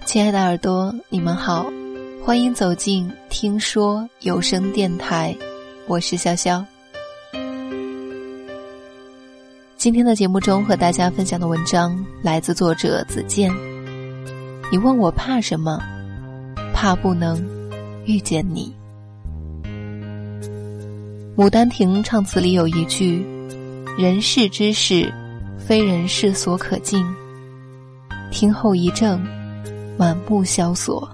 亲爱的耳朵，你们好，欢迎走进听说有声电台，我是潇潇。今天的节目中和大家分享的文章来自作者子健。你问我怕什么？怕不能遇见你。牡丹亭唱词里有一句，人世之事非人世所可尽，听后一怔，满目萧索。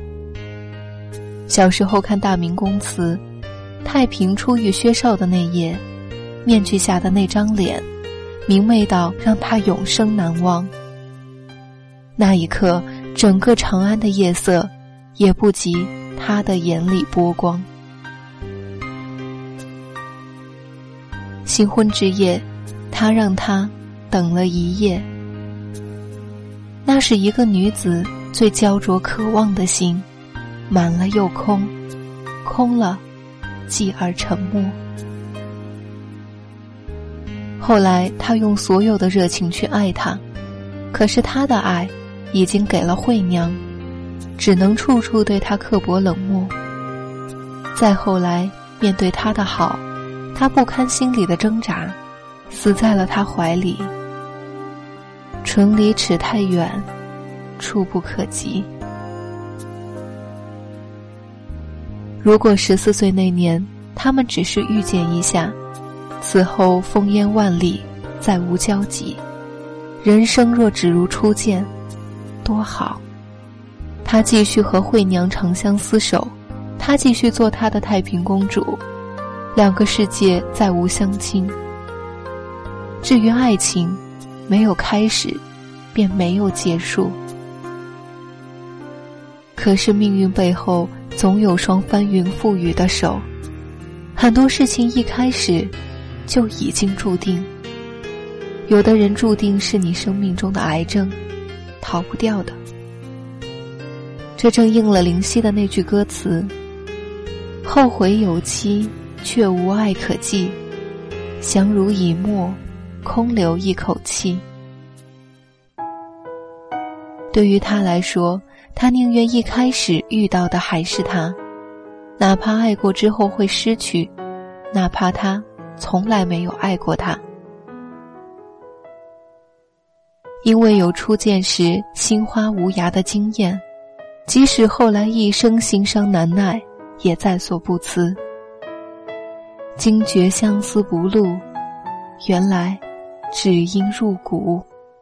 小时候看大明宫词，太平初遇薛绍的那夜，面具下的那张脸明媚到让他永生难忘。那一刻，整个长安的夜色也不及他的眼里波光。新婚之夜，他让他等了一夜。那是一个女子最焦灼渴望的心，满了又空，空了继而沉默。后来他用所有的热情去爱她，可是他的爱已经给了惠娘，只能处处对她刻薄冷漠。再后来面对他的好，他不堪心里的挣扎，死在了他怀里。唇离齿太远，触不可及。如果14岁那年他们只是遇见一下，此后烽烟万里，再无交集，人生若只如初见，多好。他继续和惠娘长相厮守，他继续做他的太平公主，两个世界再无相侵。至于爱情，没有开始便没有结束。可是命运背后总有双翻云覆雨的手，很多事情一开始就已经注定。有的人注定是你生命中的癌症，逃不掉的。这正应了林夕的那句歌词，后悔有期却无爱可寄，相濡以沫，空留一口气。对于他来说，他宁愿一开始遇到的还是他，哪怕爱过之后会失去，哪怕他从来没有爱过他。因为有初见时心花无涯的经验，即使后来一生心伤难耐，也在所不辞。惊觉相思不露，原来只因入骨。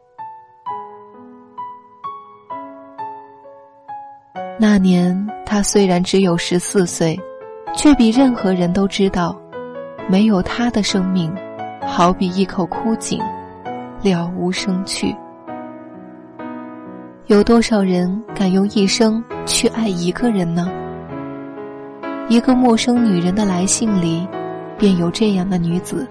那年他虽然只有14岁，却比任何人都知道，没有他的生命好比一口枯井，了无生趣。有多少人敢用一生去爱一个人呢？一个陌生女人的来信里便有这样的女子，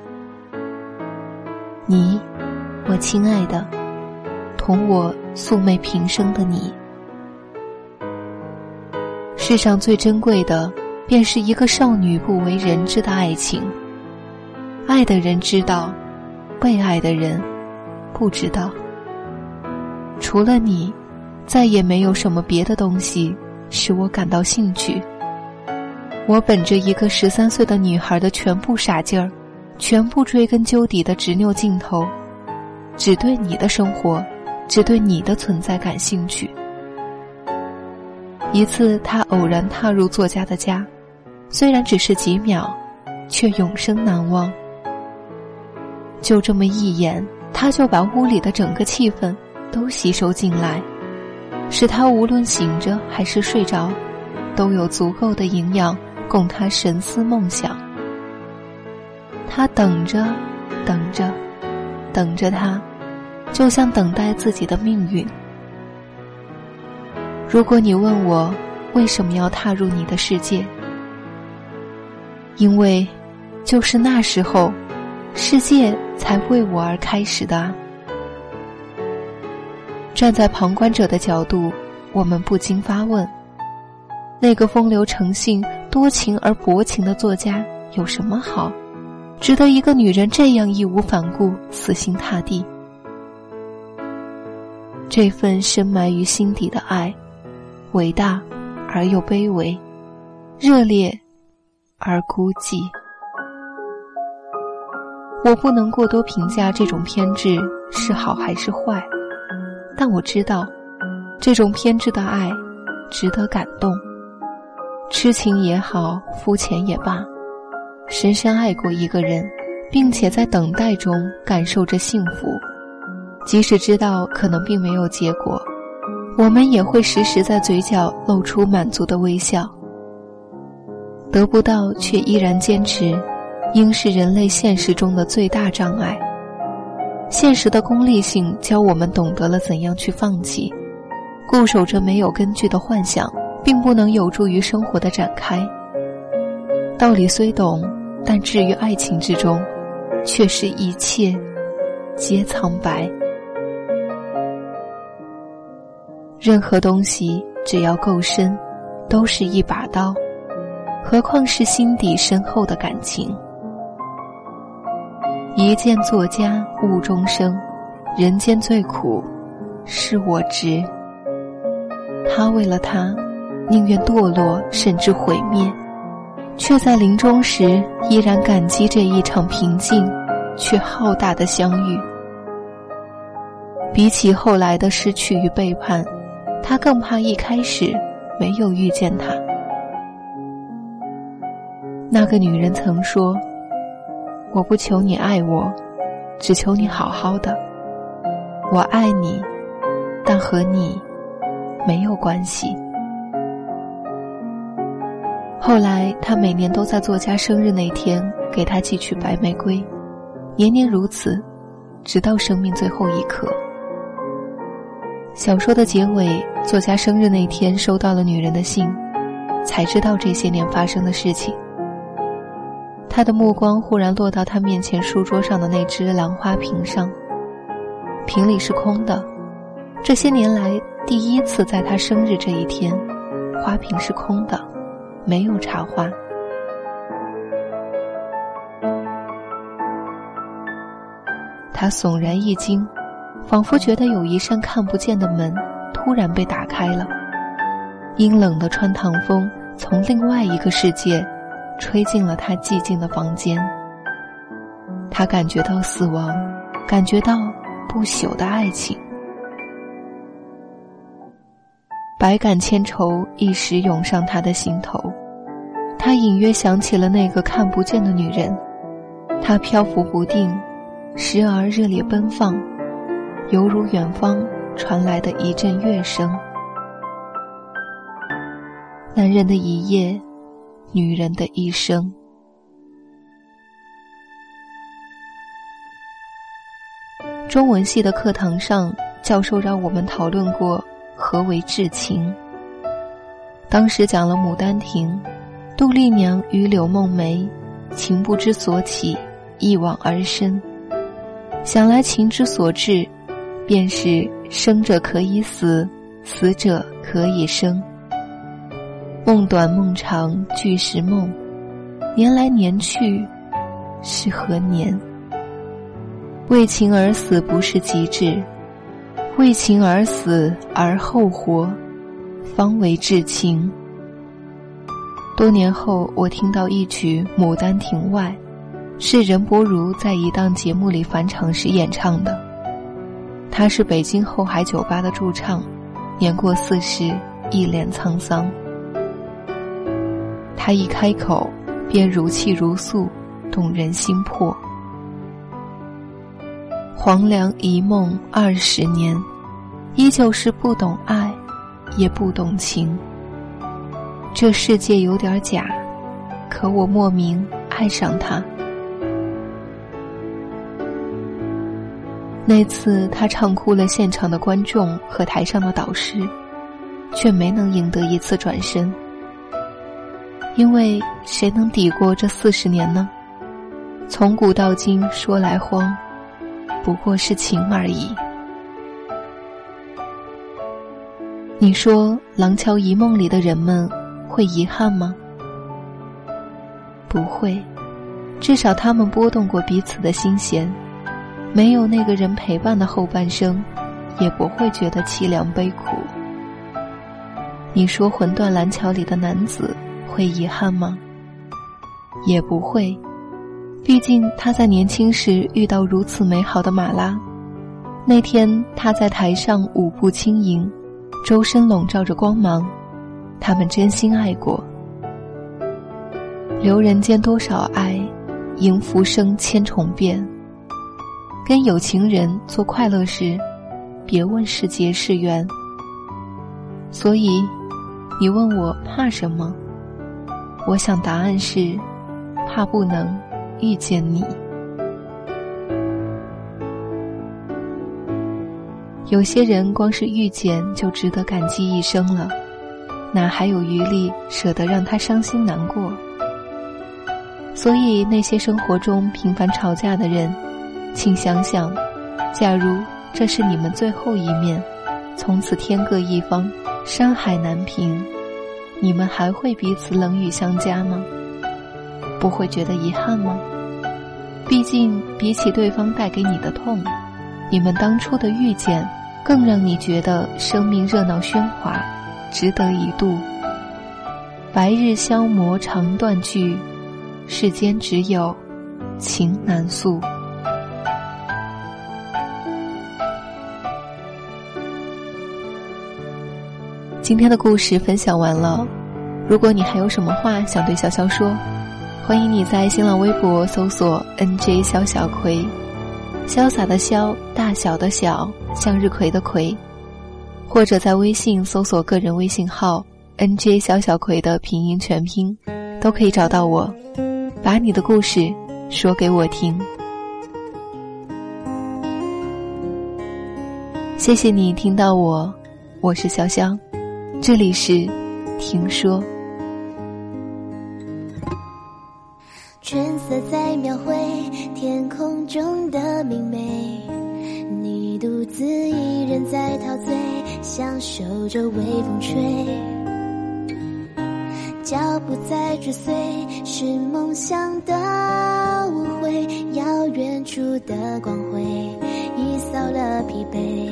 你，我亲爱的，同我素昧平生的你。世上最珍贵的便是一个少女不为人知的爱情，爱的人知道，被爱的人不知道。除了你，再也没有什么别的东西使我感到兴趣。我本着一个13岁的女孩的全部傻劲儿，全部追根究底的执拗劲头，只对你的生活，只对你的存在感兴趣。一次他偶然踏入作家的家，虽然只是几秒，却永生难忘。就这么一眼，他就把屋里的整个气氛都吸收进来，使他无论醒着还是睡着，都有足够的营养供他神思梦想。他等着等着等着他，就像等待自己的命运。如果你问我为什么要踏入你的世界，因为就是那时候，世界才为我而开始的。站在旁观者的角度，我们不禁发问，那个风流成性、多情而薄情的作家有什么好，值得一个女人这样义无反顾、死心塌地？这份深埋于心底的爱， 伟大而又卑微，热烈而孤寂。我不能过多评价这种偏执是好还是坏，但我知道这种偏执的爱值得感动，痴情也好，肤浅也罢，深深爱过一个人，并且在等待中感受着幸福，即使知道可能并没有结果，我们也会时时在嘴角露出满足的微笑。得不到却依然坚持，应是人类现实中的最大障碍。现实的功利性教我们懂得了怎样去放弃，固守着没有根据的幻想，并不能有助于生活的展开。道理虽懂，但置于爱情之中，却是一切皆苍白。任何东西只要够深，都是一把刀，何况是心底深厚的感情。一见作家误终生，人间最苦是我执。他为了他宁愿堕落甚至毁灭，却在临终时依然感激这一场平静却浩大的相遇。比起后来的失去与背叛，他更怕一开始没有遇见他。那个女人曾说，我不求你爱我，只求你好好的。我爱你，但和你没有关系。后来他每年都在作家生日那天给他寄去白玫瑰，年年如此，直到生命最后一刻。小说的结尾，作家生日那天收到了女人的信，才知道这些年发生的事情。他的目光忽然落到他面前书桌上的那只兰花瓶上，瓶里是空的，这些年来第一次在他生日这一天，花瓶是空的，没有插花。他悚然一惊，仿佛觉得有一扇看不见的门突然被打开了，阴冷的穿堂风从另外一个世界吹进了他寂静的房间。他感觉到死亡，感觉到不朽的爱情。百感千愁一时涌上他的心头，他隐约想起了那个看不见的女人，她漂浮不定，时而热烈奔放，犹如远方传来的一阵乐声。男人的一夜，女人的一生。中文系的课堂上，教授让我们讨论过何为至情。当时讲了《牡丹亭》，杜丽娘与柳梦梅，情不知所起，一往而深。想来情之所至，便是生者可以死，死者可以生。梦短梦长俱是梦，年来年去是何年？为情而死不是极致，为情而死而后活，方为至情。多年后，我听到一曲《牡丹亭外》，是任伯如在一档节目里返场时演唱的。他是北京后海酒吧的驻唱，年过40，一脸沧桑。他一开口便如泣如诉，动人心魄。黄粱一梦20年，依旧是不懂爱，也不懂情。这世界有点假，可我莫名爱上他。那次他唱哭了现场的观众和台上的导师，却没能赢得一次转身。因为谁能抵过这40年呢？从古到今说来荒，不过是情而已。你说廊桥遗梦里的人们会遗憾吗？不会，至少他们拨动过彼此的心弦，没有那个人陪伴的后半生，也不会觉得凄凉悲苦。 你说魂断蓝桥里的男子会遗憾吗？也不会，毕竟他在年轻时遇到如此美好的马拉，那天他在台上舞步轻盈，周身笼罩着光芒，他们真心爱过。留人间多少爱，迎浮生千重变。跟有情人做快乐时，别问是劫是缘。所以你问我怕什么，我想答案是怕不能遇见你。有些人光是遇见就值得感激一生了，哪还有余力舍得让他伤心难过？所以那些生活中频繁吵架的人，请想想，假如这是你们最后一面，从此天各一方，山海难平，你们还会彼此冷语相加吗？不会觉得遗憾吗？毕竟比起对方带给你的痛，你们当初的遇见更让你觉得生命热闹喧哗，值得一度。白日消磨长断句，世间只有情难诉。今天的故事分享完了，如果你还有什么话想对潇潇说，欢迎你在新浪微博搜索 NJ 小小葵，潇洒的潇，大小的小，向日葵的葵，或者在微信搜索个人微信号 NJ 小小葵的拼音全拼，都可以找到我，把你的故事说给我听。谢谢你听到我是潇潇，这里是听说。 春色在描绘天空中的明媚，你独自一人在陶醉，享受着微风吹，脚步在追随，是梦想的舞会，遥远处的光辉已扫了疲惫，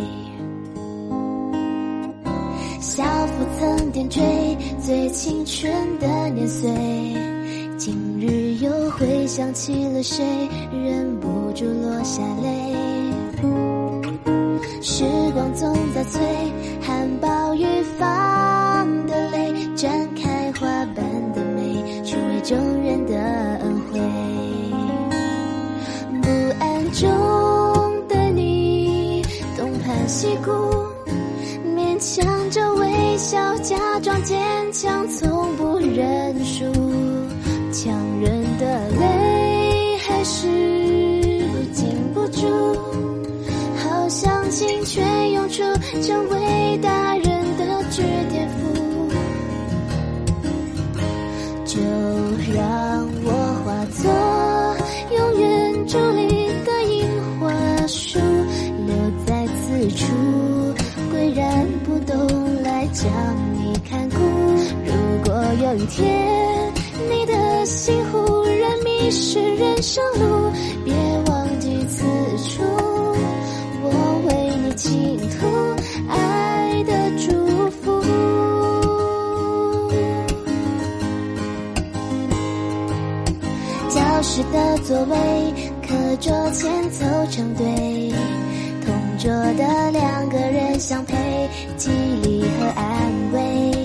校服曾点缀最青春的年岁，今日又回想起了谁，忍不住落下泪。时光总在催，含暴雨放的泪，展开花瓣的美，去为众人的恩惠。不安中的你，东攀西顾，勉强着微笑，假装坚强，从不认输。强忍的泪还是禁不住，好像情却涌出，成为大人的句点符。就让我化作永远伫立的樱花树，留在此处，岿然不动来将你看顾。如果有一天你的心忽然迷失人生路，别忘记此处，我为你倾吐爱的祝福。教室的座位，课桌前凑成队，同桌的两个人相配，激励和安慰。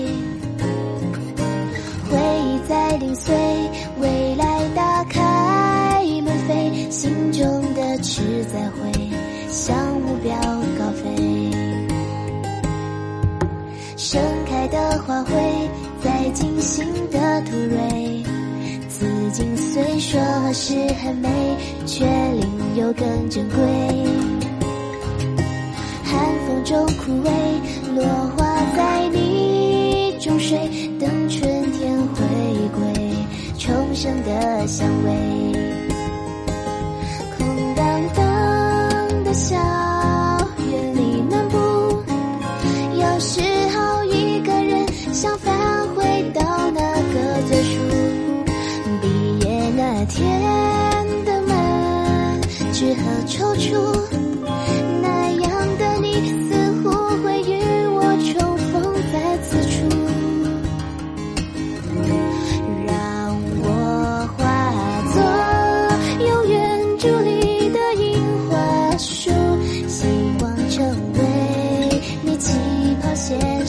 回忆在零碎，未来打开门扉，心中的痴再会向目标高飞。盛开的花卉在精心的土蕊，紫荆虽说是很美，却另有更珍贵。寒风中枯萎，落花在你中睡，等春天回归，重生的香味。空荡荡的校园里漫步，有时候一个人想返回到那个最初，毕业那天的满纸和踌躇，那样的你似乎会与我重逢在此处。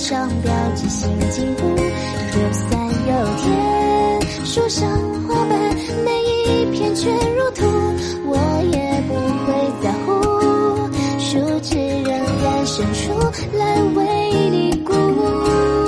上标记新进步。有三有天，树上花瓣每一片全如土，我也不会在乎，树枝仍然伸出来为你鼓舞。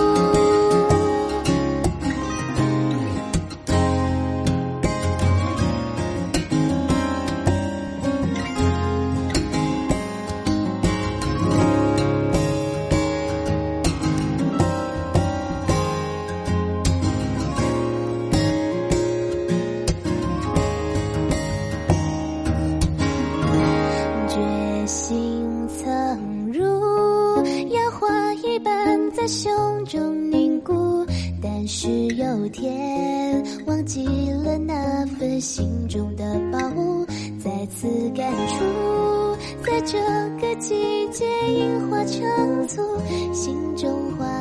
心曾如烟花一般在胸中凝固，但是有天忘记了那份心中的宝物，再次感触，在这个季节樱花成簇，心中花